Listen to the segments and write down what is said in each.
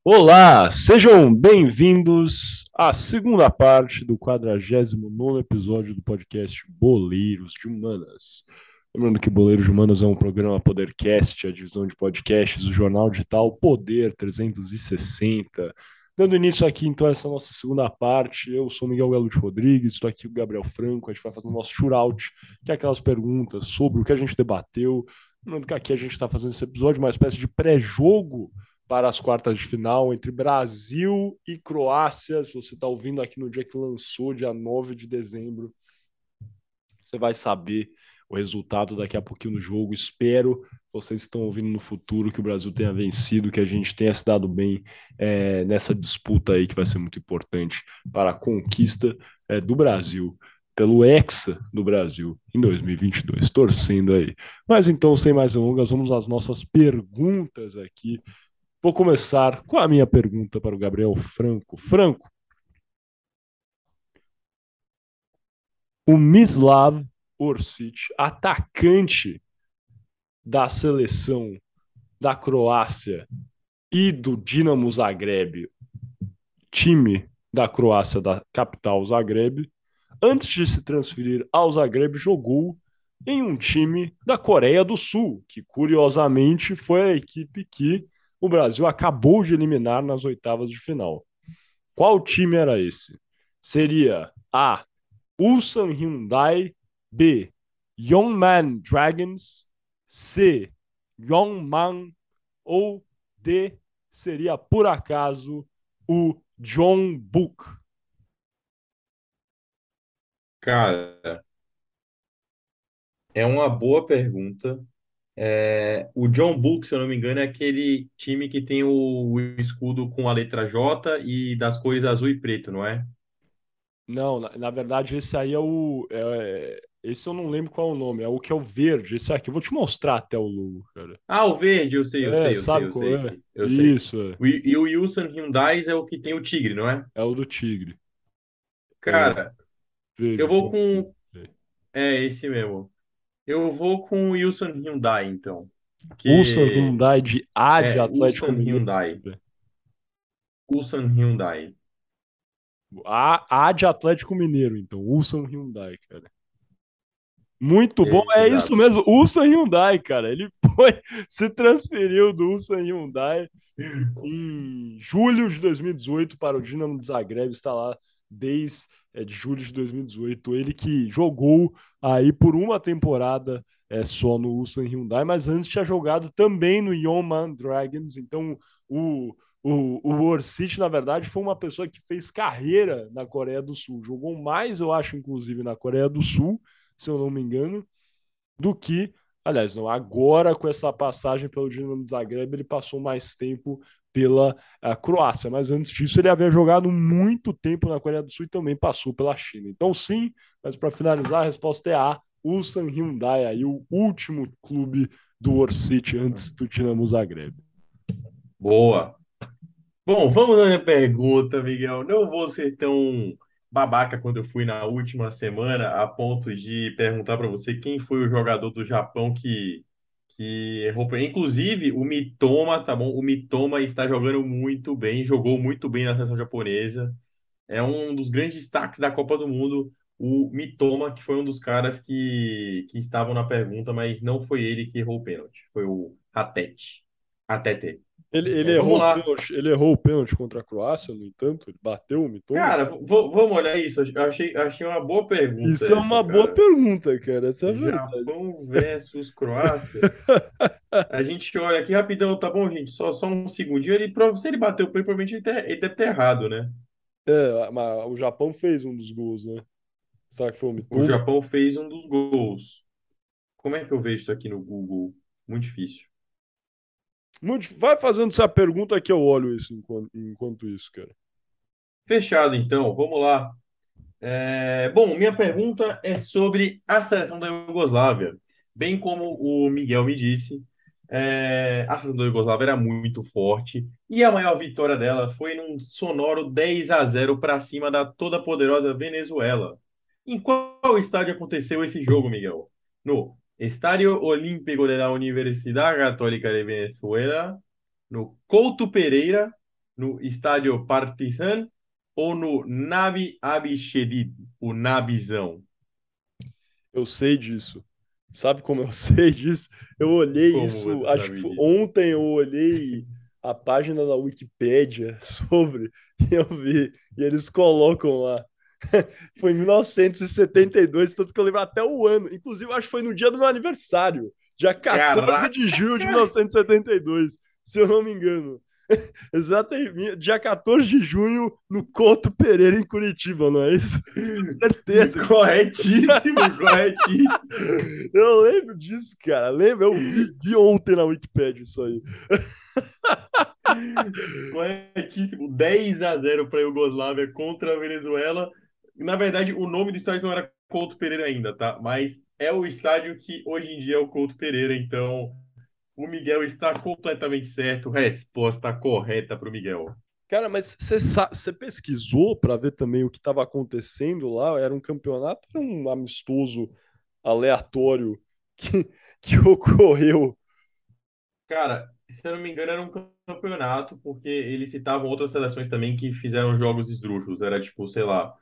Olá, sejam bem-vindos à segunda parte do 49º episódio do podcast Boleiros de Humanas. Lembrando que Boleiros de Humanas é um programa Podercast, a divisão de podcasts do jornal digital Poder 360. Dando início aqui, então, a essa nossa segunda parte, eu sou Miguel Galute Rodrigues, estou aqui com o Gabriel Franco, a gente vai fazer o nosso shootout, que é aquelas perguntas sobre o que a gente debateu. Lembrando que aqui a gente está fazendo esse episódio, uma espécie de pré-jogo para as quartas de final entre Brasil e Croácia. Se você está ouvindo aqui no dia que lançou, dia 9 de dezembro, você vai saber o resultado daqui a pouquinho no jogo. Espero vocês estão ouvindo no futuro que o Brasil tenha vencido, que a gente tenha se dado bem nessa disputa aí que vai ser muito importante para a conquista do Brasil pelo Hexa do Brasil em 2022, torcendo aí. Mas então, sem mais delongas, vamos às nossas perguntas aqui. Vou começar com a minha pergunta para o Gabriel Franco. Franco, o Mislav Orsic, atacante da seleção da Croácia e do Dinamo Zagreb, time da Croácia da capital Zagreb, antes de se transferir ao Zagreb, jogou em um time da Coreia do Sul, que curiosamente foi a equipe que o Brasil acabou de eliminar nas oitavas de final. Qual time era esse? Seria A. Ulsan Hyundai, B. Yongman Dragons, C. Yongman ou D. Seria por acaso o Jeonbuk? Cara, é uma boa pergunta. O John Book, se eu não me engano, é aquele time que tem o escudo com a letra J e das cores azul e preto, não é? Não, na verdade esse aí é esse eu não lembro qual é o nome, é o que é o verde. Esse aqui, eu vou te mostrar até o logo, cara. Ah, o verde, eu sei, eu É, sei, eu sei, sabe eu qual sei, é? eu sei. Isso, E o Wilson Hyundai é o que tem o tigre, não é? é o do Tigre. É, Cara, eu verde. vou com. É, esse mesmo. Eu vou com o Wilson Hyundai, então. Ulsan Que Hyundai de A de Atlético Ulsan Mineiro. Hyundai. Ulsan Hyundai. A de Atlético Mineiro, então. Ulsan Hyundai, cara. Muito bom, é isso Exato. mesmo. Ulsan Hyundai, cara. Ele foi, se transferiu do Ulsan Hyundai em julho de 2018 para o Dinamo de Zagreb. Está lá desde de julho de 2018. Ele que jogou aí por uma temporada só no Ulsan Hyundai, mas antes tinha jogado também no Yeoman Dragons. Então, o, o Orsic, na verdade, foi uma pessoa que fez carreira na Coreia do Sul. Jogou mais, eu acho, inclusive, na Coreia do Sul, se eu não me engano, do que, aliás, não, agora com essa passagem pelo Dinamo de Zagreb, ele passou mais tempo pela Croácia, mas antes disso ele havia jogado muito tempo na Coreia do Sul e também passou pela China. Então sim, mas para finalizar a resposta é A, Ulsan Hyundai, aí o último clube do Orsic antes do Dinamo Zagreb. Boa. Bom, vamos à minha pergunta, Miguel. Não vou ser tão babaca quando eu fui na última semana, a ponto de perguntar para você quem foi o jogador do Japão que errou. Inclusive, o Mitoma, tá bom? O Mitoma está jogando muito bem, jogou muito bem na seleção japonesa. É um dos grandes destaques da Copa do Mundo. O Mitoma, que foi um dos caras que estavam na pergunta, mas não foi ele que errou o pênalti. Foi o Ratete. Ratete. Vamos lá. Ele errou o pênalti contra a Croácia, no entanto, ele bateu o Mitoma. Cara, vamos olhar isso. Eu achei uma boa pergunta Isso é essa, uma boa cara. pergunta, cara, essa é a verdade. Japão versus Croácia. A gente olha aqui rapidão, tá bom, gente? Só um segundinho. Se ele bateu, provavelmente ele deve ter errado, né? Mas o Japão fez um dos gols, né? Será que foi o O Mitoma? Japão fez um dos gols. Como é que eu vejo isso aqui no Google? Muito difícil. Vai fazendo essa pergunta que eu olho isso enquanto isso, cara. Fechado, então. Vamos lá. Bom, minha pergunta é sobre a seleção da Iugoslávia. Bem como o Miguel me disse, a seleção da Iugoslávia era muito forte e a maior vitória dela foi num sonoro 10-0 para cima da toda poderosa Venezuela. Em qual estádio aconteceu esse jogo, Miguel? No Estádio Olímpico de la Universidad Católica de Venezuela, no Couto Pereira no Estádio Partizan ou no Nabi Abichedid, o Nabizão? Eu sei disso. Sabe como eu sei disso? Eu olhei Como isso, você acho que sabe disso? ontem eu olhei a página da Wikipédia sobre, e eu vi, e eles colocam lá. Foi em 1972, tanto que eu lembro até o ano. Inclusive, eu acho que foi no dia do meu aniversário, dia 14 Caraca! de julho de 1972, se eu não me engano. Exatamente, dia 14 de junho, no Couto Pereira, em Curitiba, não é isso? Tenho certeza que Corretíssimo, corretíssimo. eu lembro disso, cara. Lembro, eu vi ontem na Wikipedia isso aí. Corretíssimo. 10-0 para a Iugoslávia contra a Venezuela. Na verdade, o nome do estádio não era Couto Pereira ainda, tá? Mas é o estádio que hoje em dia é o Couto Pereira. Então, o Miguel está completamente certo. Resposta correta para o Miguel. Cara, mas você pesquisou para ver também o que estava acontecendo lá? Era um campeonato, era um amistoso aleatório que, que ocorreu. Cara, se eu não me engano, era um campeonato, porque eles citavam outras seleções também que fizeram jogos esdrúxulos. Era tipo, sei lá,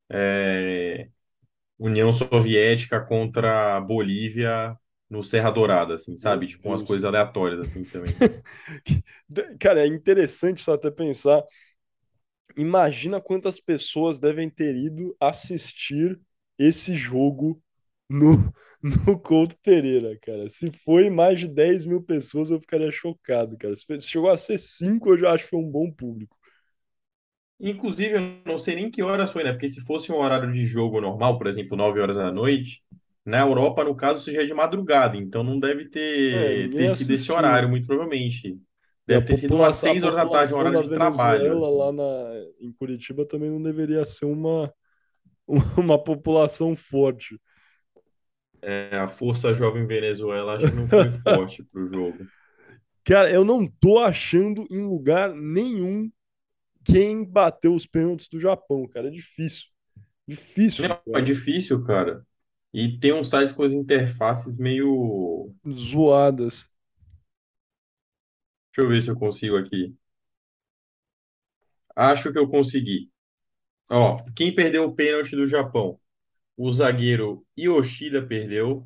União Soviética contra Bolívia no Serra Dourada, assim, Meu sabe? Tipo, umas Deus. coisas aleatórias, assim, também. Cara, é interessante só até pensar. Imagina quantas pessoas devem ter ido assistir esse jogo no, no Couto Pereira, cara. Se foi mais de 10 mil pessoas, eu ficaria chocado, cara. Se chegou a ser 5, eu já acho que foi um bom público. Inclusive, eu não sei nem que horas foi, né? Porque se fosse um horário de jogo normal, por exemplo, 9 horas da noite, na Europa, no caso, seja de madrugada. Então não deve É, ter ninguém sido esse horário, assistiu. muito provavelmente. E Deve ter sido umas a 6 horas da tarde, um população horário da de trabalho, Venezuela assim. em Curitiba também não deveria ser uma população forte. A Força Jovem Venezuela acho que não foi forte pro jogo. Cara, eu não tô achando em lugar nenhum quem bateu os pênaltis do Japão, cara. É difícil. Difícil, Não, é cara. difícil, cara. E tem uns sites com as interfaces meio. Zoadas. Deixa eu ver se eu consigo aqui. Acho que eu consegui. Ó, quem perdeu o pênalti do Japão? O zagueiro Yoshida perdeu.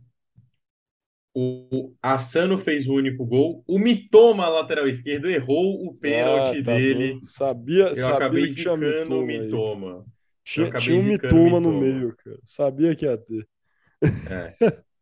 O Asano fez o único gol. O Mitoma, lateral esquerdo, errou o Ah, pênalti tá dele. vendo? Sabia Eu acabei que tinha zicando o Mitoma aí, cara. Mitoma. Eu Tinha acabei um zicando o Mitoma no Mitoma. meio, cara. Sabia que ia ter. É.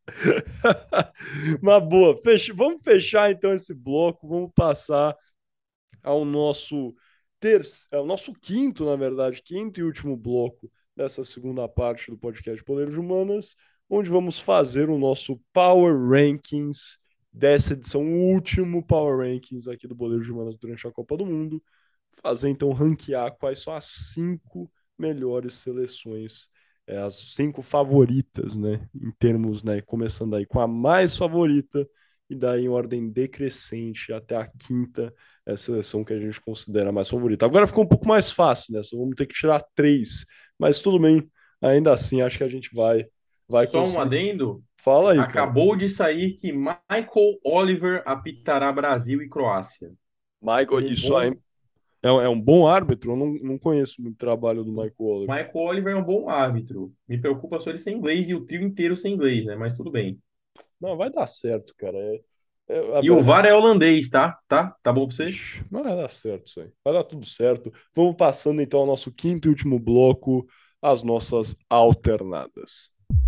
Mas boa, vamos fechar então esse bloco. Vamos passar ao ao nosso quinto, na verdade, quinto e último bloco dessa segunda parte do podcast Poder de Humanas, onde vamos fazer o nosso Power Rankings dessa edição, o último Power Rankings aqui do Boleiro de Humanas durante a Copa do Mundo. Fazer então ranquear quais são as cinco melhores seleções, as cinco favoritas, né? Em termos, né? Começando aí com a mais favorita e daí em ordem decrescente até a quinta seleção que a gente considera mais favorita. Agora ficou um pouco mais fácil, né? Só vamos ter que tirar três, mas tudo bem. Ainda assim, acho que a gente vai Só um conseguir. adendo. Fala aí, cara. Acabou de sair que Michael Oliver apitará Brasil e Croácia. Michael, Um isso aí bom. é um bom árbitro. Eu não conheço muito o trabalho do Michael Oliver. Michael Oliver é um bom árbitro. Me preocupa só ele ser inglês e o trio inteiro ser inglês, né? Mas tudo bem. Não, vai dar certo, cara. A E o verdade. VAR é holandês, tá? Tá? Tá bom pra você? Ixi, mas vai dar certo isso aí. Vai dar tudo certo. Vamos passando então ao nosso quinto e último bloco, as nossas alternadas.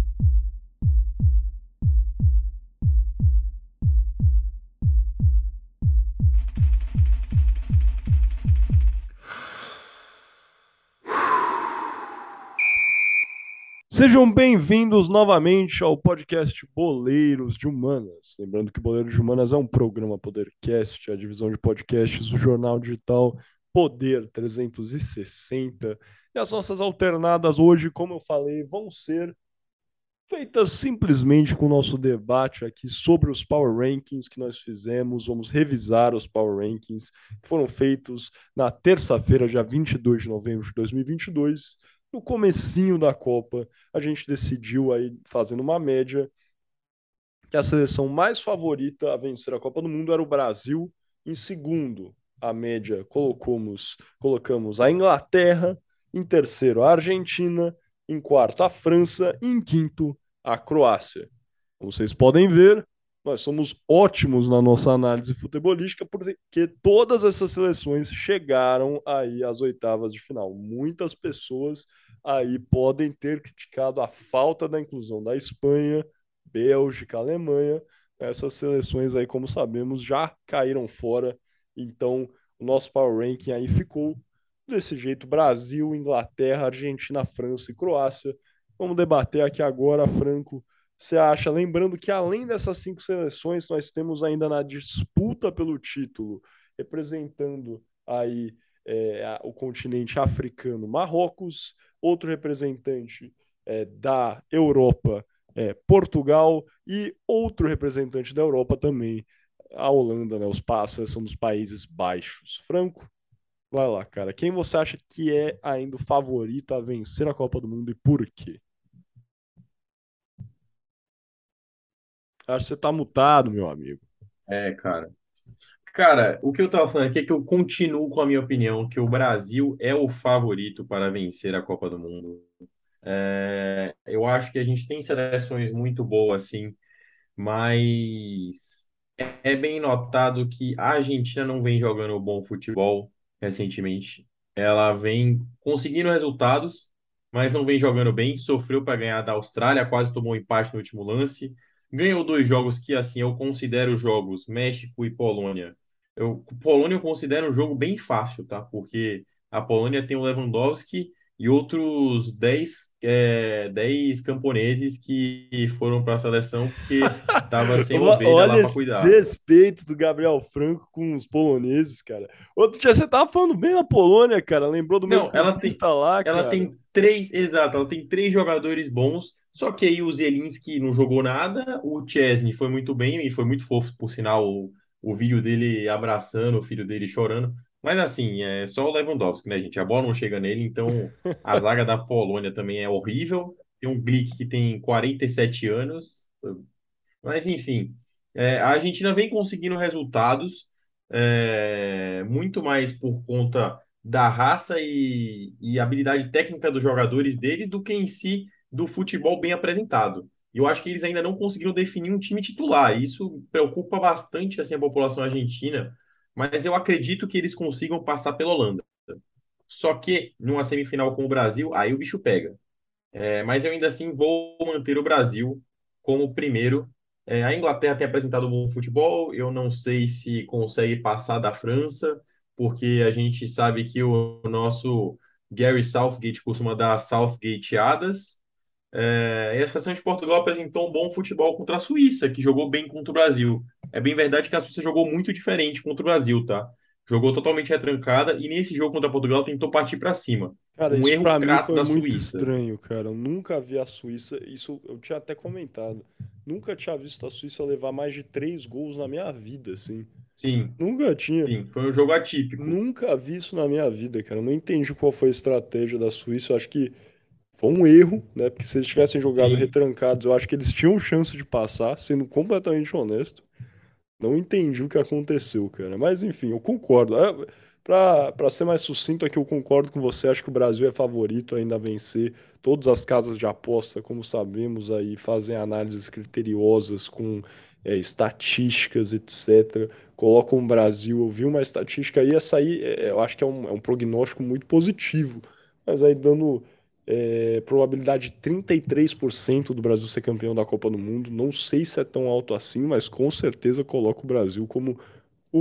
Sejam bem-vindos novamente ao podcast Boleiros de Humanas. Lembrando que Boleiros de Humanas é um programa Podercast, a divisão de podcasts do jornal digital Poder 360. E as nossas alternadas hoje, como eu falei, vão ser feitas simplesmente com o nosso debate aqui sobre os Power Rankings que nós fizemos. Vamos revisar os Power Rankings que foram feitos na terça-feira, dia 22 de novembro de 2022. No comecinho da Copa, a gente decidiu aí, fazendo uma média, que a seleção mais favorita a vencer a Copa do Mundo era o Brasil em segundo. a média, colocamos a Inglaterra, em terceiro a Argentina, em quarto a França e em quinto a Croácia. Como vocês podem ver, nós somos ótimos na nossa análise futebolística porque todas essas seleções chegaram aí às oitavas de final. Muitas pessoas aí podem ter criticado a falta da inclusão da Espanha, Bélgica, Alemanha. Essas seleções aí, como sabemos, já caíram fora. Então, o nosso power ranking aí ficou desse jeito: Brasil, Inglaterra, Argentina, França e Croácia. Vamos debater aqui agora, Franco. Você acha, lembrando que além dessas cinco seleções, nós temos ainda na disputa pelo título, representando aí o continente africano, Marrocos, outro representante da Europa, Portugal, e outro representante da Europa também, a Holanda, né? Os são dos Países Baixos. Franco, vai lá, cara. Quem você acha que é ainda o favorito a vencer a Copa do Mundo e por quê? Acho que você tá mutado, meu amigo. É, cara. Cara, o que eu tava falando aqui é que eu continuo com a minha opinião que o Brasil é o favorito para vencer a Copa do Mundo. Eu acho que a gente tem seleções muito boas, sim, mas é bem notado que a Argentina não vem jogando bom futebol recentemente. Ela vem conseguindo resultados, mas não vem jogando bem. Sofreu para ganhar da Austrália, quase tomou um empate no último lance. Ganhou dois jogos que, assim, eu considero jogos, México e Polônia. Polônia eu considero um jogo bem fácil, tá? Porque a Polônia tem o Lewandowski e outros 10 camponeses que foram para a seleção porque tava sem ovelha lá Olha para esse cuidar. desrespeito do Gabriel Franco com os poloneses, cara. Outro dia você tava falando bem da Polônia, cara. Lembrou do Não, meio-campista lá, ela cara. tem três, exato, ela tem três jogadores bons. Só que aí o Zielinski não jogou nada, o Chesney foi muito bem e foi muito fofo, por sinal, o vídeo dele abraçando o filho dele chorando. Mas assim, é só o Lewandowski, né, gente? A bola não chega nele, então a zaga da Polônia também é horrível. Tem um Glick que tem 47 anos. Mas, enfim, a Argentina vem conseguindo resultados muito mais por conta da raça e habilidade técnica dos jogadores deles do que em si do futebol bem apresentado. E eu acho que eles ainda não conseguiram definir um time titular. Isso preocupa bastante assim, a população argentina, mas eu acredito que eles consigam passar pela Holanda. Só que numa semifinal com o Brasil, aí o bicho pega. Mas eu ainda assim vou manter o Brasil como primeiro. A Inglaterra tem apresentado um bom futebol. Eu não sei se consegue passar da França, porque a gente sabe que o nosso Gary Southgate costuma dar Southgateadas. E a seleção de Portugal apresentou um bom futebol contra a Suíça, que jogou bem contra o Brasil. É bem verdade que a Suíça jogou muito diferente contra o Brasil, tá? Jogou totalmente retrancada e nesse jogo contra Portugal tentou partir para cima. Cara, Um isso erro pra mim crasso foi da muito Suíça. estranho, cara. Eu nunca vi a Suíça. Isso eu tinha até comentado. Nunca tinha visto a Suíça levar mais de 3 gols na minha vida, assim. Sim. Nunca tinha. Sim, foi um jogo atípico. Nunca vi isso na minha vida, cara. Eu não entendi qual foi a estratégia da Suíça. Eu acho que foi um erro, né? Porque se eles tivessem jogado Sim, retrancados, eu acho que eles tinham chance de passar, sendo completamente honesto. Não entendi o que aconteceu, cara. Mas enfim, eu concordo. Pra ser mais sucinto aqui, eu concordo com você. Acho que o Brasil é favorito ainda a vencer. Todas as casas de aposta, como sabemos, aí fazem análises criteriosas com estatísticas, etc. Colocam o Brasil. Eu vi uma estatística aí, essa aí eu acho que é um prognóstico muito positivo. Mas aí dando probabilidade de 33% do Brasil ser campeão da Copa do Mundo. Não sei se é tão alto assim, mas com certeza coloca o Brasil como o,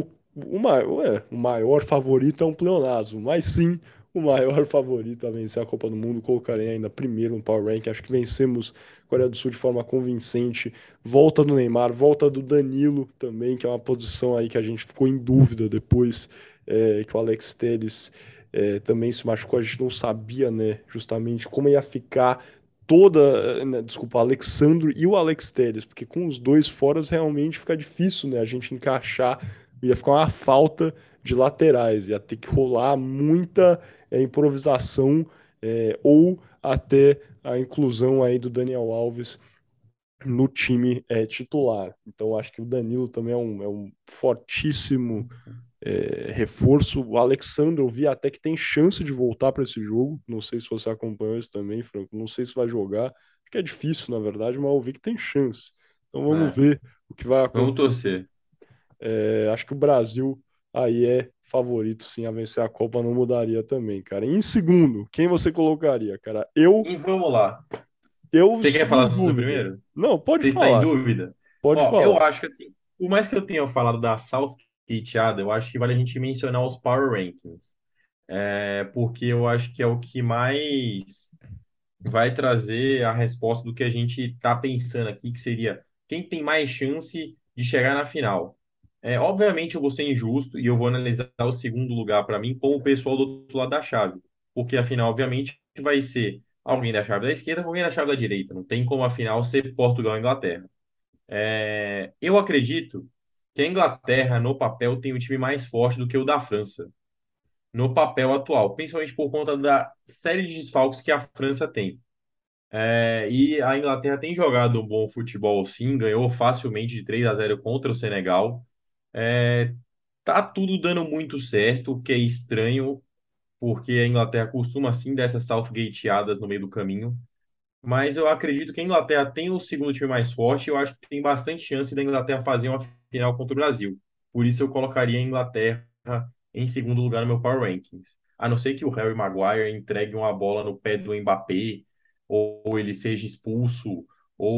o maior favorito é um pleonasmo, mas sim o maior favorito a vencer a Copa do Mundo. Colocarei ainda primeiro no Power Rank. Acho que vencemos a Coreia do Sul de forma convincente. Volta do Neymar, volta do Danilo também, que é uma posição aí que a gente ficou em dúvida depois que o Alex Telles também se machucou. A gente não sabia, né, justamente como ia ficar toda, desculpa, Alexandro e o Alex Telles, porque com os dois fora realmente fica difícil, né, a gente encaixar, ia ficar uma falta de laterais, ia ter que rolar muita improvisação ou até a inclusão aí do Daniel Alves no time titular. Então acho que o Danilo também é um fortíssimo reforço. O Alexandre, eu vi até que tem chance de voltar para esse jogo. Não sei se você acompanhou isso também, Franco. Não sei se vai jogar. Acho que é difícil, na verdade, mas eu vi que tem chance. Então vamos É, ver o que vai vamos acontecer. torcer. Acho que o Brasil aí é favorito, sim, a vencer a Copa. Não mudaria também, cara. E em segundo, quem você colocaria, cara? E vamos lá. Eu Você quer estou em falar do dúvida. primeiro? Não, pode Você está em falar. dúvida? Pode Ó, eu falar. acho que assim, por mais que eu tenha falado da Southgate Ada, eu acho que vale a gente mencionar os Power Rankings. Porque eu acho que é o que mais vai trazer a resposta do que a gente está pensando aqui, que seria quem tem mais chance de chegar na final. Obviamente eu vou ser injusto e eu vou analisar o segundo lugar para mim com o pessoal do outro lado da chave, porque a final, obviamente, vai ser alguém da chave da esquerda com alguém da chave da direita. Não tem como a final ser Portugal e Inglaterra. Eu acredito que a Inglaterra, no papel, tem um time mais forte do que o da França, no papel atual, principalmente por conta da série de desfalques que a França tem. E a Inglaterra tem jogado um bom futebol, sim, ganhou facilmente de 3-0 contra o Senegal. É, tá tudo dando muito certo, o que é estranho, porque a Inglaterra costuma, sim, dar essas Southgateadas no meio do caminho. Mas eu acredito que a Inglaterra tem o segundo time mais forte e eu acho que tem bastante chance da Inglaterra fazer uma final contra o Brasil. Por isso eu colocaria a Inglaterra em segundo lugar no meu Power Rankings. A não ser que o Harry Maguire entregue uma bola no pé do Mbappé, ou ele seja expulso,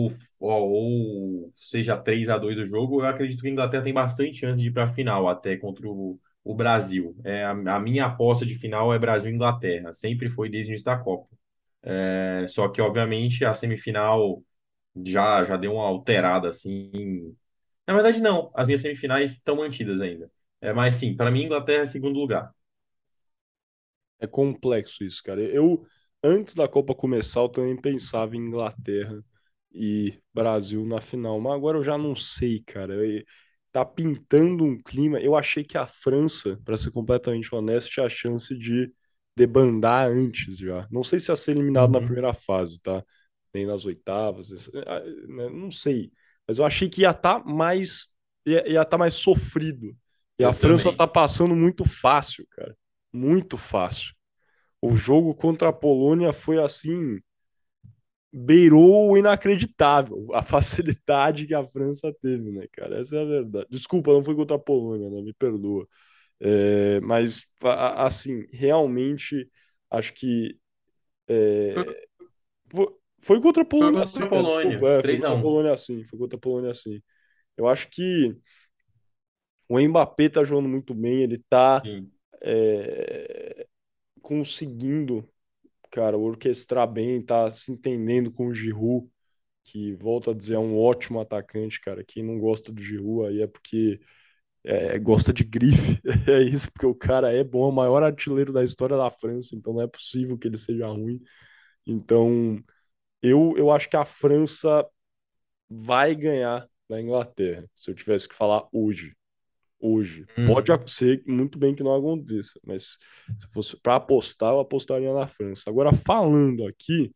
ou seja 3-2 o jogo, eu acredito que a Inglaterra tem bastante chance de ir para a final, até contra o Brasil. A minha aposta de final é Brasil e Inglaterra. Sempre foi desde o início da Copa. Só que, obviamente, a semifinal já deu uma alterada, assim. Na verdade, não. As minhas semifinais estão mantidas ainda. Mas, sim, para mim, Inglaterra é segundo lugar. É complexo isso, cara. Antes da Copa começar, eu também pensava em Inglaterra e Brasil na final, mas agora eu já não sei, cara. Tá pintando um clima. Eu achei que a França, para ser completamente honesto, tinha a chance de debandar antes já. Não sei se ia ser eliminado na Uhum. primeira fase, tá? Nem nas oitavas, né, não sei. Mas eu achei que ia tá mais sofrido. E a Eu França tá também. passando muito fácil, cara. Muito fácil. O jogo contra a Polônia foi assim, beirou o inacreditável, a facilidade que a França teve, né, cara? Essa é a verdade. Desculpa, não foi contra a Polônia, né? Me perdoa. Mas, assim, realmente, acho que Foi, foi contra a foi Polônia, contra sim, a né? Desculpa, Polônia, foi três a contra a um. Polônia, sim, foi contra a Polônia, sim. Eu acho que o Mbappé tá jogando muito bem, ele tá Sim. é, conseguindo, cara, orquestrar bem, tá se entendendo com o Giroud, que volta a dizer é um ótimo atacante, cara. Quem não gosta do Giroud aí é porque gosta de grife. É isso, porque o cara é bom, é o maior artilheiro da história da França, então não é possível que ele seja ruim. Então, eu acho que a França vai ganhar da Inglaterra, se eu tivesse que falar hoje. Hoje. Pode Uhum. ser muito bem que não aconteça, mas se fosse para apostar, eu apostaria na França. Agora, falando aqui,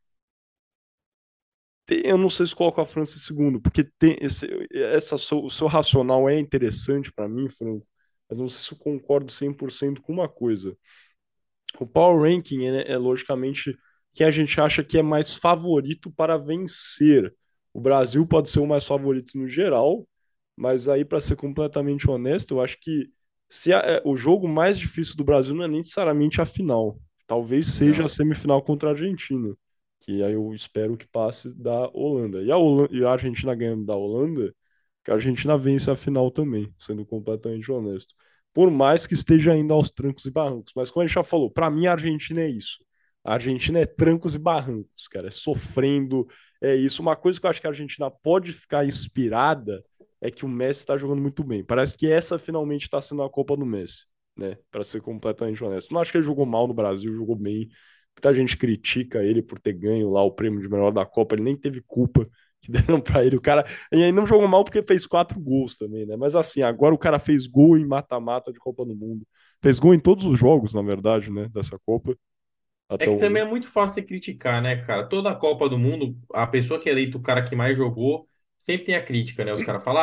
eu não sei se coloco a França em segundo, porque o seu racional é interessante para mim, Franco, mas não sei se eu concordo 100% com uma coisa. O Power Ranking logicamente quem a gente acha que é mais favorito para vencer. O Brasil pode ser o mais favorito no geral, mas aí, para ser completamente honesto, eu acho que o jogo mais difícil do Brasil não é necessariamente a final. Talvez seja a Não. semifinal contra a Argentina, que aí eu espero que passe da Holanda. E a Argentina ganhando da Holanda, que a Argentina vence a final também, sendo completamente honesto. Por mais que esteja ainda aos trancos e barrancos. Mas como a gente já falou, para mim a Argentina é isso. A Argentina é trancos e barrancos, cara. É sofrendo, é isso. Uma coisa que eu acho que a Argentina pode ficar inspirada é que o Messi está jogando muito bem. Parece que essa finalmente está sendo a Copa do Messi, né? Para ser completamente honesto. Não acho que ele jogou mal no Brasil, jogou bem. Muita gente critica ele por ter ganho lá o prêmio de melhor da Copa. Ele nem teve culpa que deram para ele. O cara e aí não jogou mal porque fez 4 gols também, né? Mas assim, agora o cara fez gol em mata-mata de Copa do Mundo. Fez gol em todos os jogos, na verdade, né? Dessa Copa É até o que também momento. é muito fácil você criticar, né, cara? Toda a Copa do Mundo, a pessoa que é eleita o cara que mais jogou, sempre tem a crítica, né? Os caras falam, ah,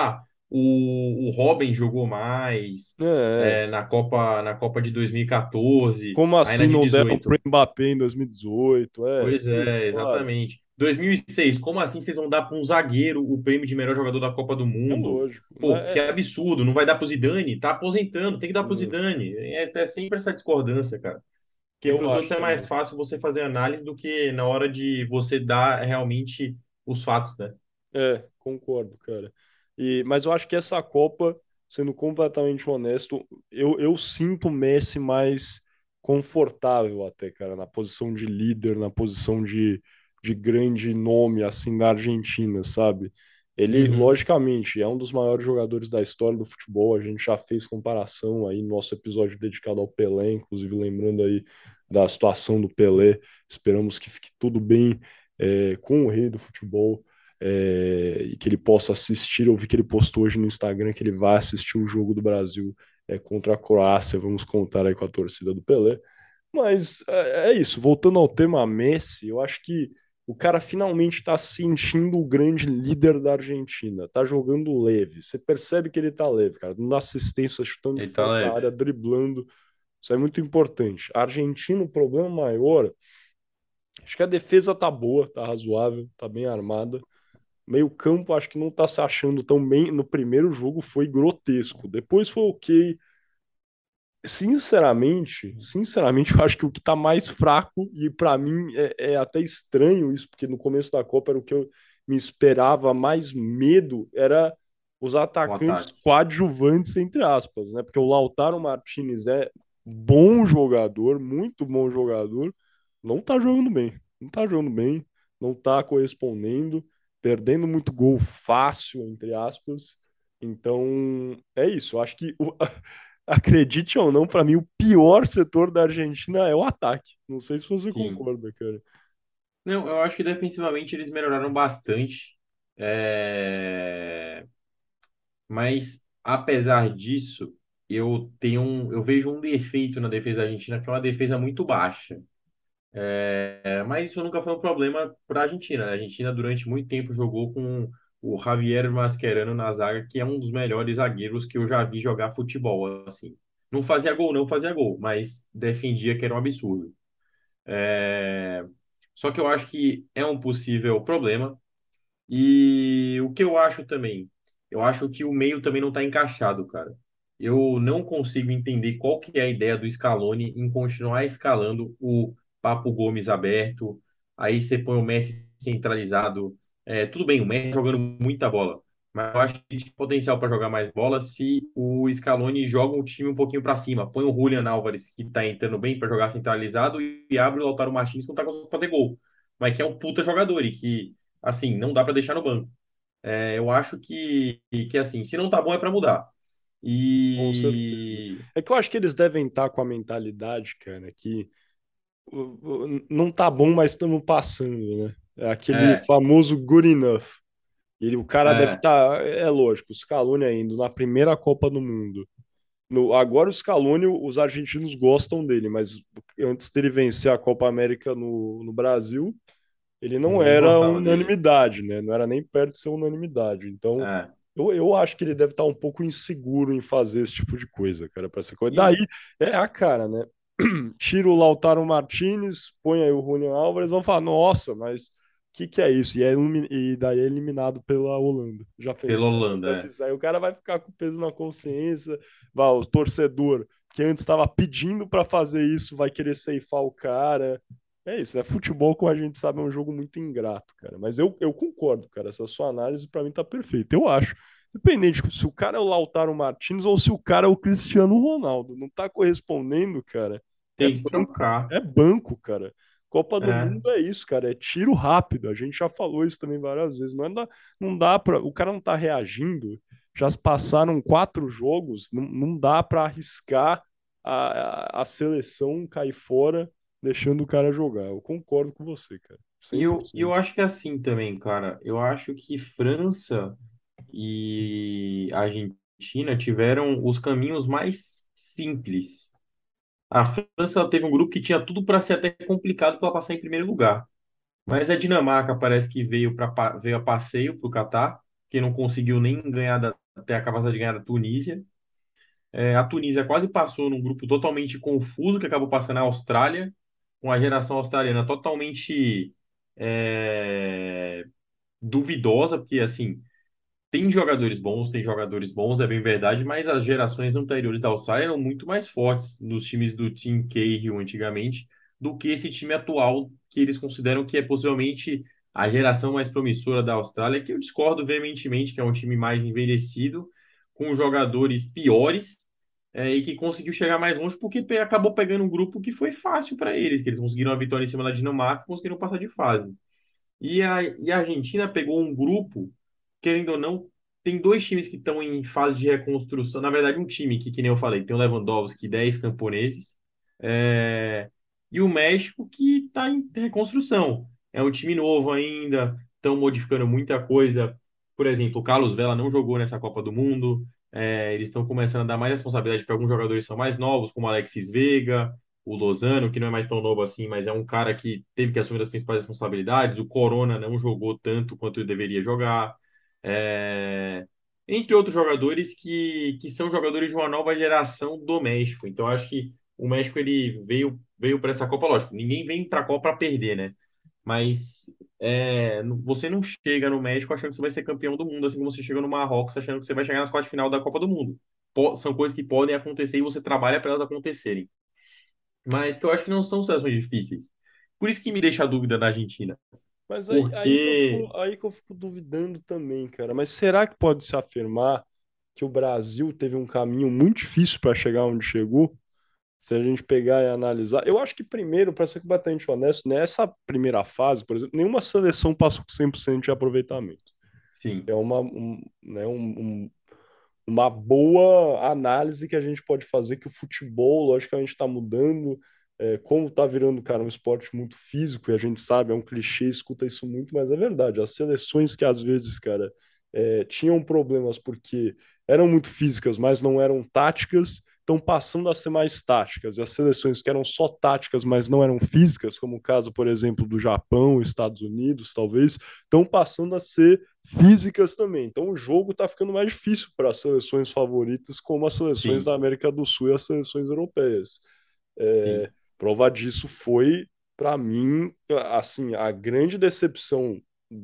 O Robin jogou mais É, na Copa de 2014, como aí na assim de não deram pro 18. Mbappé em 2018? Pois Sim, é, claro. exatamente. 2006, como assim vocês vão dar para um zagueiro o prêmio de melhor jogador da Copa do É Mundo? lógico. Pô, que absurdo, não vai dar pro Zidane? Tá aposentando, tem que dar pro É, Zidane. É sempre essa discordância, cara. Porque para eu os acho outros é mais também. fácil você fazer análise do que na hora de você dar realmente os fatos, né? Concordo, cara. Mas eu acho que essa Copa, sendo completamente honesto, eu sinto o Messi mais confortável até, cara, na posição de líder, na posição de grande nome, assim, na Argentina, sabe? Ele, Uhum. logicamente, é um dos maiores jogadores da história do futebol. A gente já fez comparação aí no nosso episódio dedicado ao Pelé, inclusive lembrando aí da situação do Pelé. Esperamos que fique tudo bem, com o rei do futebol, e que ele possa assistir. Eu vi que ele postou hoje no Instagram que ele vai assistir o jogo do Brasil, contra a Croácia. Vamos contar aí com a torcida do Pelé. Mas é isso, voltando ao tema Messi, eu acho que o cara finalmente está se sentindo o grande líder da Argentina. Tá jogando leve. Você percebe que ele tá leve, cara. Dando assistência, chutando de Ele tá fora da leve. área, driblando. Isso é muito importante. A Argentina, o problema maior, acho que a defesa tá boa, tá razoável, tá bem armada. Meio campo, acho que não tá se achando tão bem. No primeiro jogo foi grotesco. Depois foi ok. Sinceramente, eu acho que o que tá mais fraco, e pra mim é até estranho isso, porque no começo da Copa era o que eu me esperava mais medo, era os O atacantes ataque. coadjuvantes, entre aspas, né? Porque o Lautaro Martinez é bom jogador, muito bom jogador, não tá jogando bem. Não tá jogando bem, não tá correspondendo, perdendo muito gol fácil, entre aspas. Então, é isso. Eu acho que acredite ou não, pra mim o pior setor da Argentina é o ataque. Não sei se você Sim. concorda, cara. Não, eu acho que defensivamente eles melhoraram bastante. É, Mas, apesar disso, eu vejo um defeito na defesa da Argentina, que é uma defesa muito baixa. Mas isso nunca foi um problema para a Argentina, né? A Argentina, durante muito tempo, jogou com o Javier Mascherano na zaga, que é um dos melhores zagueiros que eu já vi jogar futebol, assim. Não fazia gol, não fazia gol, mas defendia que era um absurdo. É, Só que eu acho que é um possível problema. E o que eu acho também, eu acho que o meio também não está encaixado, cara. Eu não consigo entender qual que é a ideia do Scaloni em continuar escalando o Papo Gomes aberto, aí você põe o Messi centralizado. Tudo bem, o Messi jogando muita bola, mas eu acho que tem potencial para jogar mais bola se o Scaloni joga um time um pouquinho para cima. Põe o Julian Álvares, que está entrando bem para jogar centralizado, e abre o Lautaro Martins, que não está conseguindo fazer gol, mas que é um puta jogador e que assim, não dá para deixar no banco. Eu acho que assim, se não tá bom é para mudar. Com certeza. E É que eu acho que eles devem estar com a mentalidade, cara, que não tá bom, mas estamos passando, né? É aquele é, famoso good enough. O cara deve é, estar, é lógico, o Scaloni ainda na primeira Copa do Mundo. Agora o Scaloni, os argentinos gostam dele, mas antes dele vencer a Copa América no Brasil, ele não ninguém era gostava dele. unanimidade, né? Não era nem perto de ser unanimidade. Então, É. eu acho que ele deve estar um pouco inseguro em fazer esse tipo de coisa, cara, para ser coisa. Daí E é a cara, né? Tira o Lautaro Martinez, põe aí o Julian Álvares, vão falar, nossa, mas que é isso? E daí é eliminado pela Holanda. Já pela pensou? Holanda, Aí o cara vai ficar com peso na consciência, o torcedor que antes estava pedindo para fazer isso vai querer ceifar o cara. É isso, né? Futebol, como a gente sabe, é um jogo muito ingrato, cara. Mas eu concordo, cara. Essa sua análise pra mim tá perfeita. Eu acho. Independente se o cara é o Lautaro Martins ou se o cara é o Cristiano Ronaldo. Não tá correspondendo, cara. É tem que banco. trocar. É banco, cara. Copa do É. Mundo é isso, cara. É tiro rápido. A gente já falou isso também várias vezes. Não dá pra. O cara não tá reagindo. Já se passaram 4 jogos. Não dá pra arriscar a seleção cair fora deixando o cara jogar. Eu concordo com você, cara. E eu 100%. acho que é assim também, cara. Eu acho que França e Argentina tiveram os caminhos mais simples. A França teve um grupo que tinha tudo para ser até complicado para passar em primeiro lugar. Mas a Dinamarca parece que veio a passeio para o Catar, que não conseguiu nem ganhar ter a capacidade de ganhar da Tunísia. A Tunísia quase passou num grupo totalmente confuso, que acabou passando a Austrália, com a geração australiana totalmente é, duvidosa, porque assim. Tem jogadores bons, é bem verdade, mas as gerações anteriores da Austrália eram muito mais fortes nos times do Team Cahill antigamente do que esse time atual, que eles consideram que é possivelmente a geração mais promissora da Austrália, que eu discordo veementemente, que é um time mais envelhecido, com jogadores piores, e que conseguiu chegar mais longe porque acabou pegando um grupo que foi fácil para eles, que eles conseguiram a vitória em cima da Dinamarca e conseguiram passar de fase. E a Argentina pegou um grupo, querendo ou não, tem dois times que estão em fase de reconstrução. Na verdade, um time que nem eu falei, tem o Lewandowski, 10 camponeses, é, e o México que está em reconstrução. É um time novo ainda, estão modificando muita coisa. Por exemplo, o Carlos Vela não jogou nessa Copa do Mundo. Eles estão começando a dar mais responsabilidade para alguns jogadores que são mais novos, como Alexis Veiga, o Lozano, que não é mais tão novo assim, mas é um cara que teve que assumir as principais responsabilidades. O Corona não jogou tanto quanto ele deveria jogar. É, Entre outros jogadores que são jogadores de uma nova geração do México. Então, acho que o México ele veio para essa Copa, lógico. Ninguém vem para a Copa para perder, né? Mas você não chega no México achando que você vai ser campeão do mundo, assim como você chega no Marrocos achando que você vai chegar nas quartas de final da Copa do Mundo. São coisas que podem acontecer e você trabalha para elas acontecerem, mas que eu acho que não são seleções difíceis. Por isso que me deixa a dúvida da Argentina. Mas Porque, aí que eu fico duvidando também, cara. Mas será que pode se afirmar que o Brasil teve um caminho muito difícil para chegar onde chegou? Se a gente pegar e analisar, eu acho que primeiro, para ser completamente honesto, nessa primeira fase, por exemplo, nenhuma seleção passou com 100% de aproveitamento. sim, É uma boa análise que a gente pode fazer que o futebol, logicamente, está mudando, como está virando, cara, um esporte muito físico, e a gente sabe, é um clichê, escuta isso muito, mas é verdade. As seleções que às vezes, cara, tinham problemas porque eram muito físicas, mas não eram táticas, estão passando a ser mais táticas. E as seleções que eram só táticas, mas não eram físicas, como o caso, por exemplo, do Japão, Estados Unidos, talvez, estão passando a ser físicas também. Então o jogo está ficando mais difícil para as seleções favoritas, como as seleções da sim, América do Sul e as seleções europeias. sim. Prova disso foi, para mim, assim, a grande decepção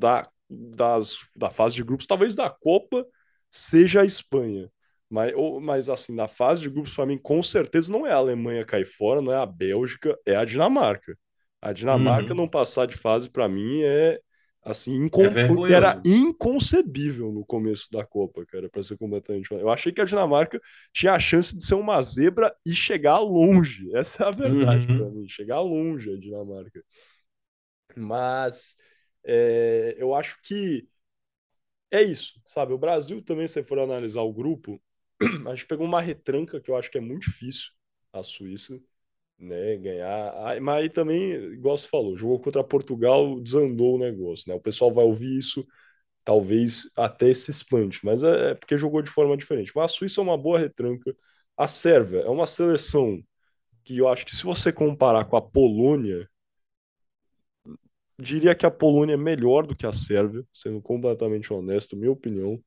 da fase de grupos, talvez da Copa, seja a Espanha. Mas assim, na fase de grupos, para mim, com certeza não é a Alemanha cair fora, não é a Bélgica, é a Dinamarca. A Dinamarca Uhum. não passar de fase, para mim, é assim, É era vergonhoso. inconcebível no começo da Copa, cara, para ser completamente honesto. Eu achei que a Dinamarca tinha a chance de ser uma zebra e chegar longe. Essa é a verdade para Uhum. mim, chegar longe a Dinamarca. Mas eu acho que é isso, sabe? O Brasil também, se você for analisar o grupo, a gente pegou uma retranca que eu acho que é muito difícil, a Suíça, né? Ganhar. Mas aí também, igual você falou, jogou contra Portugal, desandou o negócio, né? O pessoal vai ouvir isso, talvez até se espante, mas é porque jogou de forma diferente. Mas a Suíça é uma boa retranca. A Sérvia é uma seleção que eu acho que se você comparar com a Polônia, diria que a Polônia é melhor do que a Sérvia, sendo completamente honesto, minha opinião.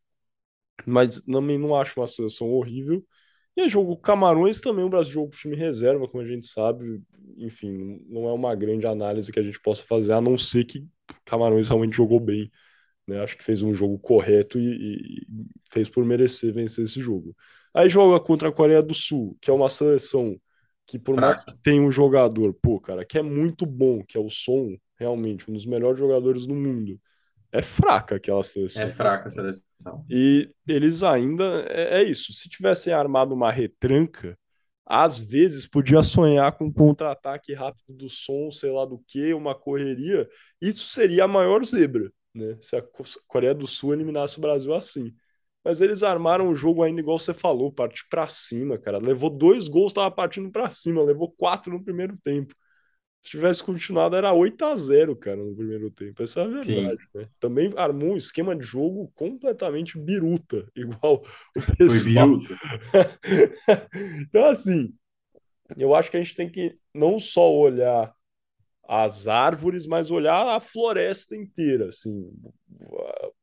Mas também não acho uma seleção horrível. E é jogo Camarões também, o Brasil jogou com time reserva, como a gente sabe. Enfim, não é uma grande análise que a gente possa fazer, a não ser que Camarões realmente jogou bem, né? Acho que fez um jogo correto e fez por merecer vencer esse jogo. Aí joga contra a Coreia do Sul, que é uma seleção que, por mais que Fraca. tenha um jogador, pô, cara, que é muito bom, que é o Son, realmente, um dos melhores jogadores do mundo. É fraca aquela É seleção, né? fraca a seleção. E eles ainda. É isso. Se tivessem armado uma retranca, às vezes podia sonhar com um contra-ataque rápido do som, sei lá do que, uma correria. Isso seria a maior zebra, né? Se a Coreia do Sul eliminasse o Brasil assim. Mas eles armaram o jogo ainda igual você falou, partir pra cima, cara. Levou 2 gols, tava partindo pra cima, levou 4 no primeiro tempo. Se tivesse continuado, era 8-0, cara, no primeiro tempo. Essa é a verdade, Sim, né? Também armou um esquema de jogo completamente biruta, igual o foi pessoal. biruta. Então, assim, eu acho que a gente tem que não só olhar as árvores, mas olhar a floresta inteira, assim.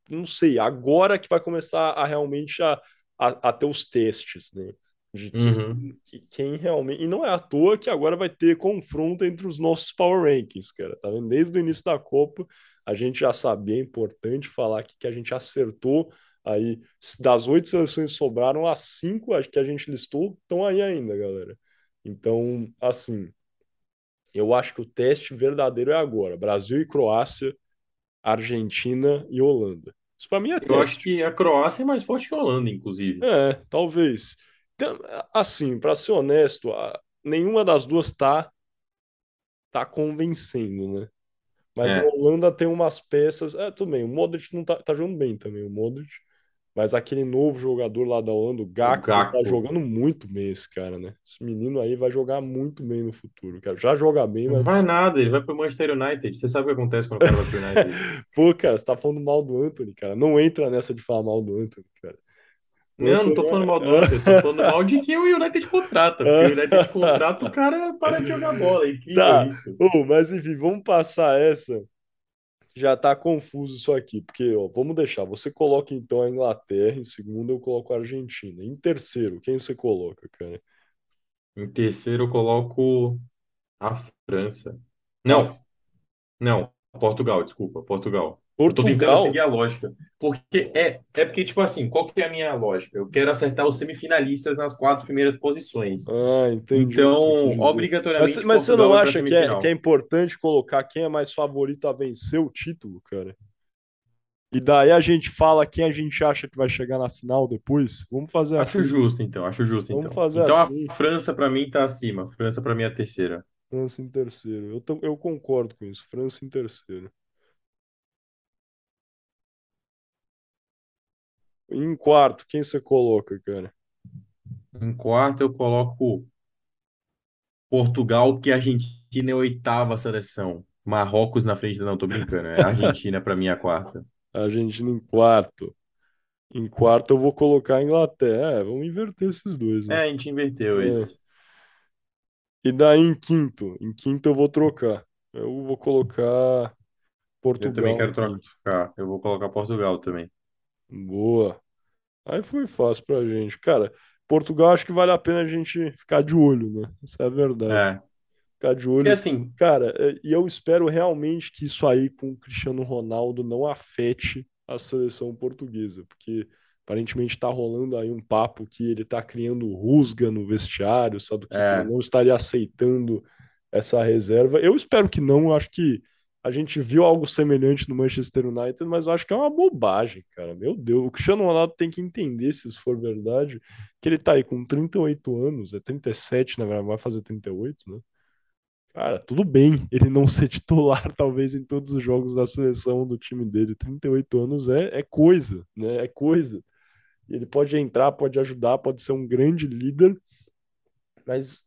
não sei, agora que vai começar a realmente a ter os testes, né? De Uhum. que quem realmente. E não é à toa que agora vai ter confronto entre os nossos Power Rankings, cara. Tá vendo? Desde o início da Copa, a gente já sabia, é importante falar aqui que a gente acertou aí. Das 8 seleções que sobraram, as 5 acho que a gente listou estão aí ainda, galera. Então, assim, eu acho que o teste verdadeiro é agora. Brasil e Croácia, Argentina e Holanda. Isso pra mim é Eu acho teste. que a Croácia é mais forte que a Holanda, inclusive. É, talvez. Então, assim, pra ser honesto, nenhuma das duas tá convencendo, né? Mas a É, Holanda tem umas peças. É, tudo bem. O Modric não tá jogando bem também, o Modric. Mas aquele novo jogador lá da Holanda, o o Gakpo, tá Gakpo. jogando muito bem esse cara, né? Esse menino aí vai jogar muito bem no futuro, cara. Já joga bem, Não vai mas. nada, ele vai pro Manchester United. Você sabe o que acontece quando o cara vai pro United? Pô, cara, você tá falando mal do Anthony, cara. Não entra nessa de falar mal do Anthony, cara. O Não, não Anthony tô falando mal do Antony, eu tô falando é. mal de quem o United contrata, porque o United contrata, o cara para de jogar bola, é incrível Tá. isso. Mas enfim, vamos passar essa. Já tá confuso isso aqui, porque, ó, vamos deixar. Você coloca então a Inglaterra, em segundo eu coloco a Argentina. Em terceiro, quem você coloca, cara? Em terceiro eu coloco a França. A Não, não, Portugal, desculpa, Portugal. Eu tô tentando seguir Portugal? a lógica, porque é porque, tipo assim, qual que é a minha lógica? Eu quero acertar os semifinalistas nas 4 primeiras posições. Ah, entendi o que você quis Então, dizer. obrigatoriamente, Mas você Portugal não vai para a acha que é semifinal. importante colocar quem é mais favorito a vencer o título, cara? E daí a gente fala quem a gente acha que vai chegar na final depois? Vamos fazer Acho assim. justo, então, acho justo, Vamos então. fazer Então, a assim. França, para mim, tá acima. França, para mim, é a terceira. França em terceiro. Eu concordo com isso. França em terceiro. Em quarto, quem você coloca, cara? Em quarto, eu coloco Portugal, que a Argentina é a oitava seleção. Marrocos na frente, não, tô brincando. É Argentina para mim é a quarta. Argentina em quarto. Em quarto eu vou colocar a Inglaterra. É, vamos inverter esses dois, né? É, a gente inverteu É. esse. E daí em quinto? Em quinto eu vou trocar. Eu vou colocar Eu também Portugal em quero quinto. trocar. Eu vou colocar Portugal também. Boa. Aí foi fácil pra gente. Cara, Portugal acho que vale a pena a gente ficar de olho, né? Essa é a verdade. É, Ficar de porque olho. assim, Cara, e eu espero realmente que isso aí com o Cristiano Ronaldo não afete a seleção portuguesa, porque aparentemente está rolando aí um papo que ele está criando rusga no vestiário, sabe do que ele é. não estaria aceitando essa reserva. Eu espero que não, eu acho que a gente viu algo semelhante no Manchester United, mas eu acho que é uma bobagem, cara. Meu Deus, o Cristiano Ronaldo tem que entender, se isso for verdade, que ele tá aí com 38 anos, é 37, na verdade, vai fazer 38, né? Cara, tudo bem ele não ser titular, talvez, em todos os jogos da seleção do time dele. 38 anos é coisa, né? É coisa. Ele pode entrar, pode ajudar, pode ser um grande líder, mas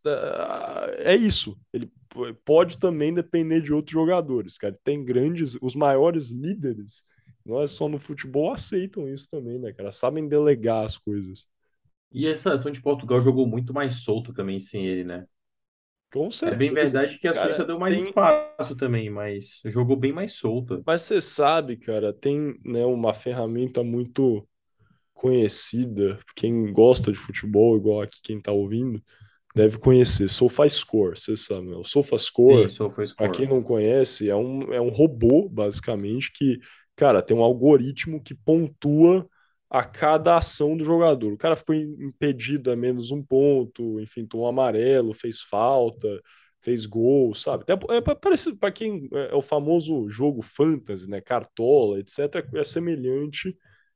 é isso. Ele pode também depender de outros jogadores, cara. Tem grandes, os maiores líderes, não é só no futebol, aceitam isso também, né, cara? Sabem delegar as coisas. E a seleção de Portugal jogou muito mais solta também sem ele, né? Com É bem certeza. verdade que a Suíça Cara, deu mais tem. espaço também, mas jogou bem mais solta. Mas você sabe, cara, tem, né, uma ferramenta muito conhecida, quem gosta de futebol, igual aqui quem tá ouvindo, deve conhecer, SofaScore, você sabe, né? O Sim, SofaScore, para quem SofaScore. não conhece, é um robô, basicamente, que, cara, tem um algoritmo que pontua a cada ação do jogador. O cara ficou impedido a menos um ponto, enfim, tomou amarelo, fez falta, fez gol, sabe? Parece para quem é o famoso jogo fantasy, né? Cartola, etc. É semelhante,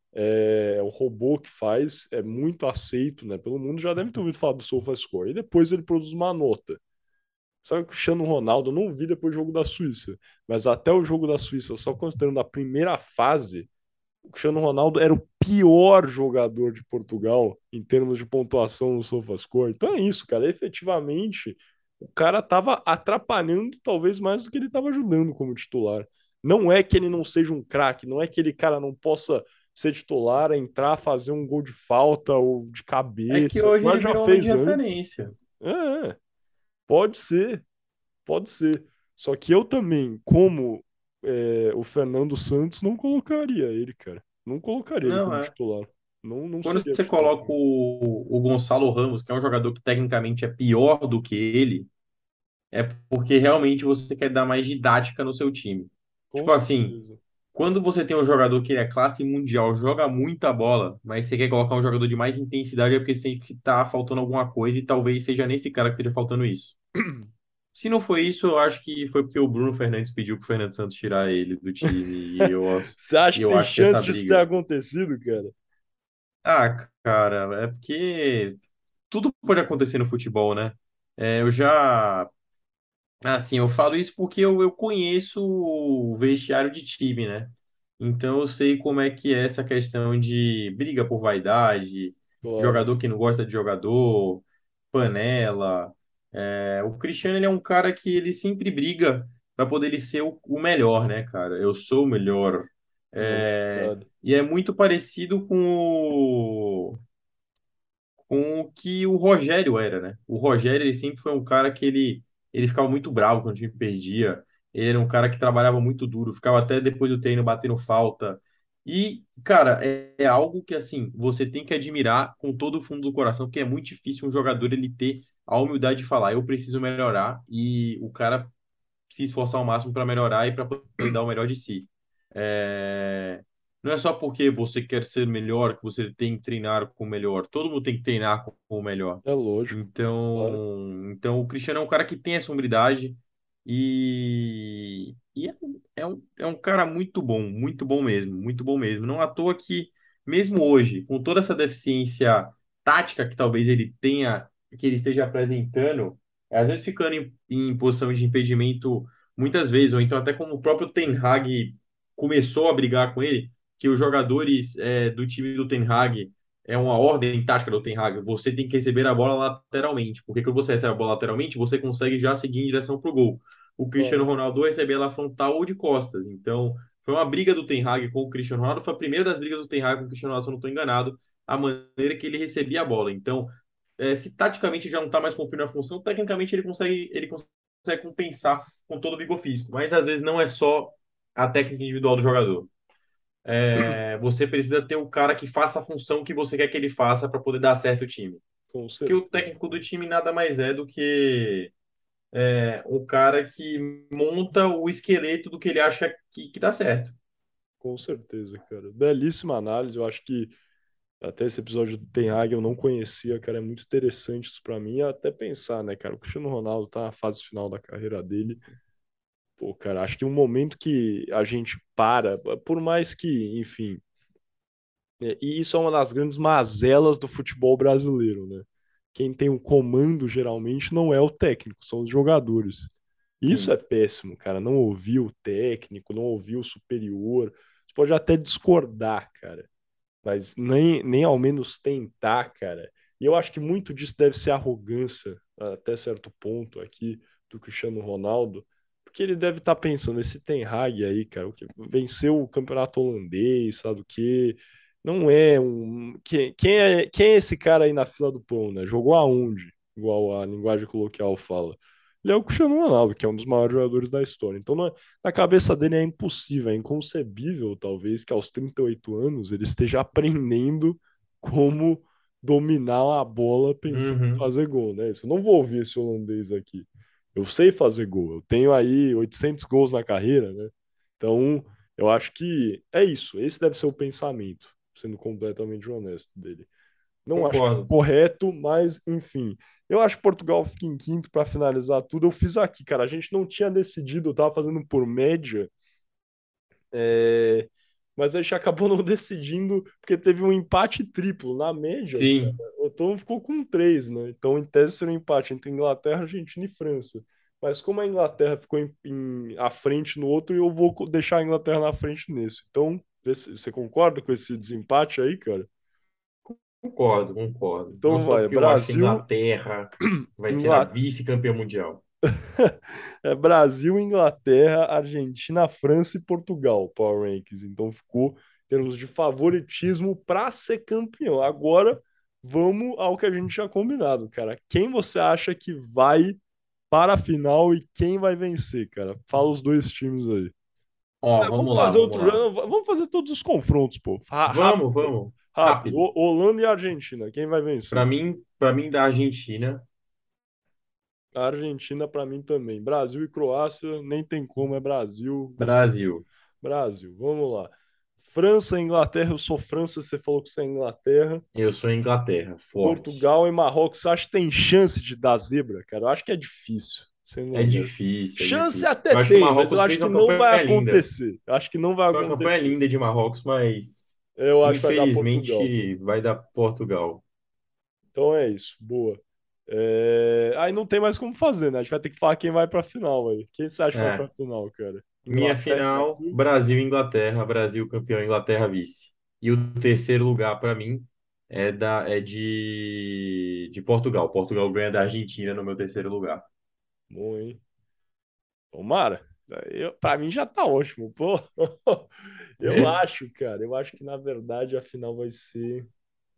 o robô que faz, é muito aceito, né, pelo mundo, já deve ter ouvido falar do SofaScore. E depois ele produz uma nota. Sabe que o Cristiano Ronaldo, eu não vi depois do jogo da Suíça, mas até o jogo da Suíça, só considerando a primeira fase, o Cristiano Ronaldo era o pior jogador de Portugal em termos de pontuação no SofaScore. Então é isso, cara. Efetivamente, o cara tava atrapalhando talvez mais do que ele tava ajudando como titular. Não é que ele não seja um craque, não é que ele, cara, não possa ser titular, entrar, fazer um gol de falta ou de É que cabeça, hoje mas ele já virou homem de fez antes. referência. É, é, pode ser, pode ser. Só que eu também, como o Fernando Santos, não colocaria ele, cara. Não colocaria ele Não, como é. titular. Não, não Quando seria você titular. coloca o Gonçalo Ramos, que é um jogador que tecnicamente é pior do que ele, é porque realmente você quer dar mais didática no seu time. Com Tipo assim, certeza. quando você tem um jogador que ele é classe mundial, joga muita bola, mas você quer colocar um jogador de mais intensidade, é porque sempre que tá faltando alguma coisa, e talvez seja nesse cara que esteja faltando isso. Se não foi isso, eu acho que foi porque o Bruno Fernandes pediu pro Fernando Santos tirar ele do time, Você acha e que eu tem acho que essa chance disso ter briga. acontecido, cara? Ah, cara, é porque tudo pode acontecer no futebol, né? Eu já. Assim, eu falo isso porque eu conheço o vestiário de time, né? Então eu sei como é que é essa questão de briga por vaidade, Claro. jogador que não gosta de jogador, panela. O Cristiano, ele é um cara que ele sempre briga para poder ele ser o melhor, né, cara? Eu sou o melhor. Molecada. E é muito parecido com o que o Rogério era, né? O Rogério, ele sempre foi um cara que ele ficava muito bravo quando o time perdia. Ele era um cara que trabalhava muito duro, ficava até depois do treino batendo falta. E, cara, é algo que, assim, você tem que admirar com todo o fundo do coração, porque é muito difícil um jogador ele ter a humildade de falar, eu preciso melhorar, e o cara se esforçar ao máximo para melhorar e para poder dar o melhor de si. É, Não é só porque você quer ser melhor que você tem que treinar com o melhor. Todo mundo tem que treinar com o melhor. É lógico. Claro. Então o Cristiano é um cara que tem essa humildade e é um cara muito bom mesmo, muito bom mesmo. Não à toa que, mesmo hoje, com toda essa deficiência tática que talvez ele tenha, que ele esteja apresentando, às vezes ficando em posição de impedimento muitas vezes, ou então até como o próprio Ten Hag começou a brigar com ele, que os jogadores do time do Ten Hag é uma ordem tática do Ten Hag. Você tem que receber a bola lateralmente, porque quando você recebe a bola lateralmente, você consegue já seguir em direção para o gol. O Cristiano Claro. Ronaldo recebe ela frontal ou de costas. Então, foi uma briga do Ten Hag com o Cristiano Ronaldo. Foi a primeira das brigas do Ten Hag com o Cristiano Ronaldo, se eu não estou enganado, a maneira que ele recebia a bola. Então, se taticamente já não está mais cumprindo a função, tecnicamente ele consegue compensar com todo o vigor físico. Mas às vezes não é só a técnica individual do jogador. Você precisa ter o cara que faça a função que você quer que ele faça para poder dar certo o time. Com Porque o certeza, técnico do cara. time nada mais é do que o cara que monta o esqueleto do que ele acha que dá certo. Com certeza, cara. Belíssima análise. Eu acho que até esse episódio do Ten Hag eu não conhecia, cara. É muito interessante isso pra mim. Até pensar, né, cara? O Cristiano Ronaldo tá na fase final da carreira dele. Pô, cara, acho que um momento que a gente para, por mais que, enfim, e isso é uma das grandes mazelas do futebol brasileiro, né? Quem tem o comando geralmente não é o técnico, são os jogadores. Isso é Sim. péssimo, cara. Não ouvir o técnico, não ouvir o superior. Você pode até discordar, cara, mas nem ao menos tentar, cara. E eu acho que muito disso deve ser arrogância, até certo ponto aqui, do Cristiano Ronaldo, porque ele deve estar pensando, esse Ten Hag aí, cara, o que venceu o campeonato holandês, sabe o quê? Não é um. Quem é esse cara aí na fila do pão, né? Jogou aonde? Igual a linguagem coloquial fala. Ele é o Cristiano Ronaldo, que é um dos maiores jogadores da história. Então, na cabeça dele é impossível, é inconcebível, talvez, que aos 38 anos ele esteja aprendendo como dominar a bola pensando em Uhum. fazer gol, né? Isso, eu não vou ouvir esse holandês aqui. Eu sei fazer gol, eu tenho aí 800 gols na carreira, né? Então, eu acho que é isso. Esse deve ser o pensamento, sendo completamente honesto dele. Não acho que é Concordo. correto, mas enfim. Eu acho que Portugal fica em quinto para finalizar tudo. Eu fiz aqui, cara. A gente não tinha decidido, eu tava fazendo por média, é, mas a gente acabou não decidindo porque teve um empate triplo. Na média, cara, Sim, o Tom ficou com três, né? Então, em tese, seria um empate entre Inglaterra, Argentina e França. Mas como a Inglaterra ficou à frente no outro, eu vou deixar a Inglaterra na frente nesse. Então, você concorda com esse desempate aí, cara? concordo, concordo. Não Então só vai, porque eu acho que a Brasil, Inglaterra vai ser a Inglaterra. vice-campeã mundial. É Brasil, Inglaterra, Argentina, França e Portugal, Power Rankings. Então ficou em termos de favoritismo para ser campeão. Agora vamos ao que a gente já combinado, cara. Quem você acha que vai para a final e quem vai vencer, cara? Fala os dois times aí. Ó, Vamos vamos lá, fazer vamos outro lá. jogo. Vamos fazer todos os confrontos, pô. Vamos, Rápido aí. vamos. Rápido. Rápido. Holanda e Argentina. Quem vai vencer? Para mim da Argentina, A Argentina pra mim também. Brasil e Croácia, nem tem como, é Brasil. Você, Brasil. Brasil. Vamos lá. França e Inglaterra, eu sou França, você falou que você é Inglaterra. Eu sou Inglaterra, forte. Portugal e Marrocos, você acha que tem chance de dar zebra, cara? Eu acho que é difícil, sendo É honesto. difícil, é Chance difícil. até Eu acho que o tem, mas eu Marrocos acho fez que uma não vai campanha linda. acontecer. Eu acho que não vai Foi uma campanha acontecer. linda de Marrocos, mas Eu acho que vai dar Portugal. infelizmente vai dar Portugal. Então é isso, boa. Aí não tem mais como fazer, né? A gente vai ter que falar quem vai pra final aí. Quem você acha que vai pra É. final, cara? Minha Inglaterra e final, Brasil? Brasil e Inglaterra, Brasil campeão, Inglaterra vice. E o terceiro lugar para mim é de Portugal. Portugal ganha da Argentina no meu terceiro lugar. Bom, hein? Tomara. Pra mim já tá ótimo, pô. Eu acho, cara. Eu acho que na verdade a final vai ser.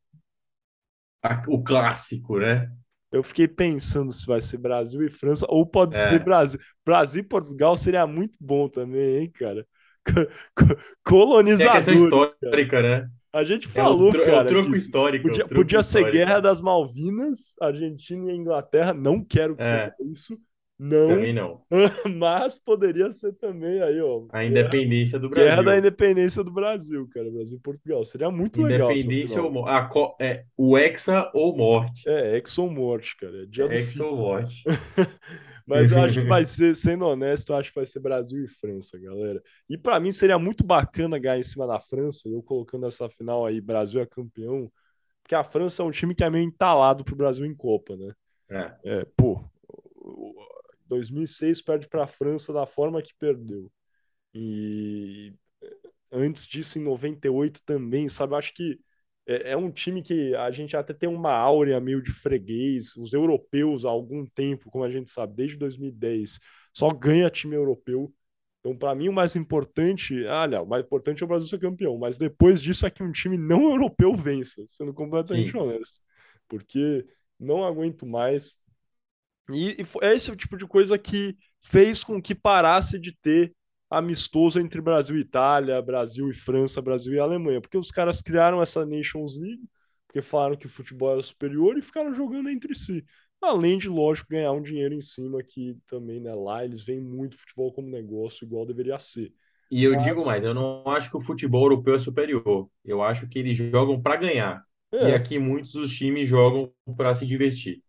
O clássico, né? Eu fiquei pensando se vai ser Brasil e França ou pode ser É. Brasil. Brasil e Portugal seria muito bom também, hein, cara? Tem a questão Colonizadores, cara. histórica, né? A gente É o, falou, é o cara, que troco histórico, é o troco podia ser Guerra histórico. das Malvinas, Argentina e Inglaterra. Não quero que seja É, isso, não. também não. Mas poderia ser também aí, ó. A independência do Guerra da Brasil. Independência do Brasil, cara. Brasil e Portugal. Seria muito legal essa Independência ou final. o Hexa ou morte. Exo morte, cara. É dia do Hexa filho. ou morte. Mas eu acho que vai ser, sendo honesto, eu acho que vai ser Brasil e França, galera. E pra mim seria muito bacana ganhar em cima da França, eu colocando essa final aí, Brasil é campeão, porque a França é um time que é meio entalado pro Brasil em Copa, né? É. Pô, 2006 perde pra França da forma que perdeu. E antes disso, em 98 também, sabe? Eu acho que é um time que a gente até tem uma áurea meio de freguês. Os europeus, há algum tempo, como a gente sabe, desde 2010, só ganha time europeu. Então, para mim, o mais importante, não, o mais importante é o Brasil ser campeão, mas depois disso é que um time não europeu vença, sendo completamente Sim. honesto. Porque não aguento mais. É esse o tipo de coisa que fez com que parasse de ter amistoso entre Brasil e Itália, Brasil e França, Brasil e Alemanha, porque os caras criaram essa Nations League, porque falaram que o futebol era superior e ficaram jogando entre si. Além de, lógico, ganhar um dinheiro em cima, que também, né, lá eles veem muito futebol como negócio, igual deveria ser. E eu digo Mas, mais, eu não acho que o futebol europeu é superior. Eu acho que eles jogam para ganhar. E é, aqui muitos dos times jogam para se divertir.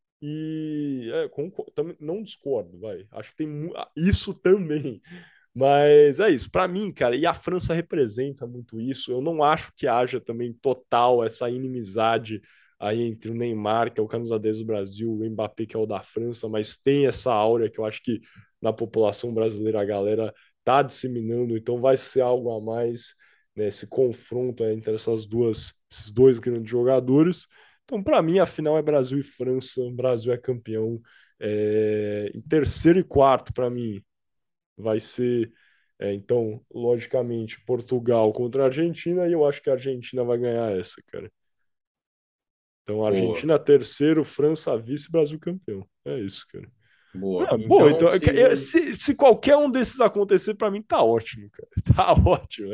também, não discordo, vai. Acho que tem isso também. Mas é isso, pra mim, cara, e a França representa muito isso. Eu não acho que haja também total essa inimizade aí entre o Neymar, que é o camisa 10 do Brasil, o Mbappé, que é o da França, mas tem essa áurea que eu acho que na população brasileira a galera tá disseminando, então vai ser algo a mais, né, esse confronto aí entre esses dois grandes jogadores. Então, pra mim, a final é Brasil e França, o Brasil é campeão. Em terceiro e quarto, pra mim, vai ser, então, logicamente, Portugal contra a Argentina, e eu acho que a Argentina vai ganhar essa, cara. Então, Boa, Argentina terceiro, França vice, Brasil campeão. É isso, cara. boa. Bom, então, Então, se se qualquer um desses acontecer, pra mim tá ótimo, cara. Tá ótimo.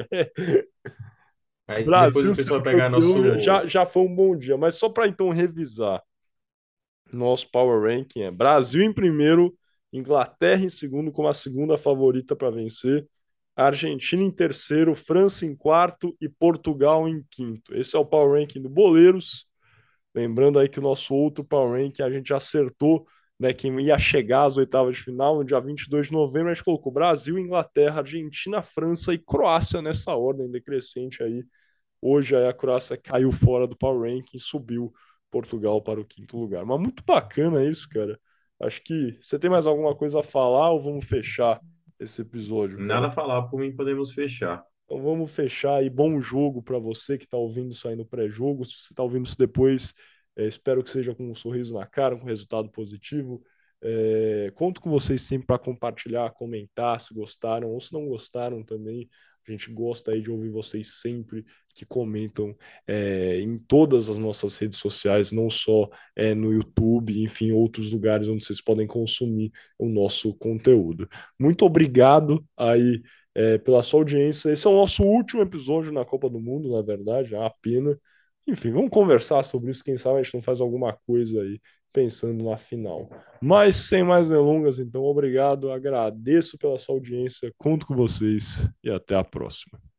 aí depois Brasil o ser pessoal vai pegar campeão nosso. já foi um bom dia, mas só para então revisar, nosso power ranking é Brasil em primeiro, Inglaterra em segundo como a segunda favorita para vencer, Argentina em terceiro, França em quarto e Portugal em quinto. Esse é o power ranking do Boleiros. Lembrando aí que o nosso outro power ranking a gente acertou, né, quem ia chegar às oitavas de final no dia 22 de novembro. A gente colocou Brasil, Inglaterra, Argentina, França e Croácia nessa ordem decrescente aí. Hoje aí a Croácia caiu fora do Power Ranking, subiu Portugal para o quinto lugar. Mas muito bacana isso, cara. Acho que você tem mais alguma coisa a falar ou vamos fechar esse episódio, Nada cara? a falar, por mim podemos fechar. Então vamos fechar aí. Bom jogo para você que está ouvindo isso aí no pré-jogo. Se você está ouvindo isso depois, espero que seja com um sorriso na cara, com resultado positivo. Conto com vocês sempre para compartilhar, comentar se gostaram ou se não gostaram também. A gente gosta aí de ouvir vocês sempre que comentam em todas as nossas redes sociais, não só no YouTube, enfim, outros lugares onde vocês podem consumir o nosso conteúdo. Muito obrigado aí pela sua audiência. Esse é o nosso último episódio na Copa do Mundo, na verdade, é uma pena. Enfim, vamos conversar sobre isso. Quem sabe a gente não faz alguma coisa aí pensando na final. Mas sem mais delongas, então, obrigado, agradeço pela sua audiência, conto com vocês e até a próxima.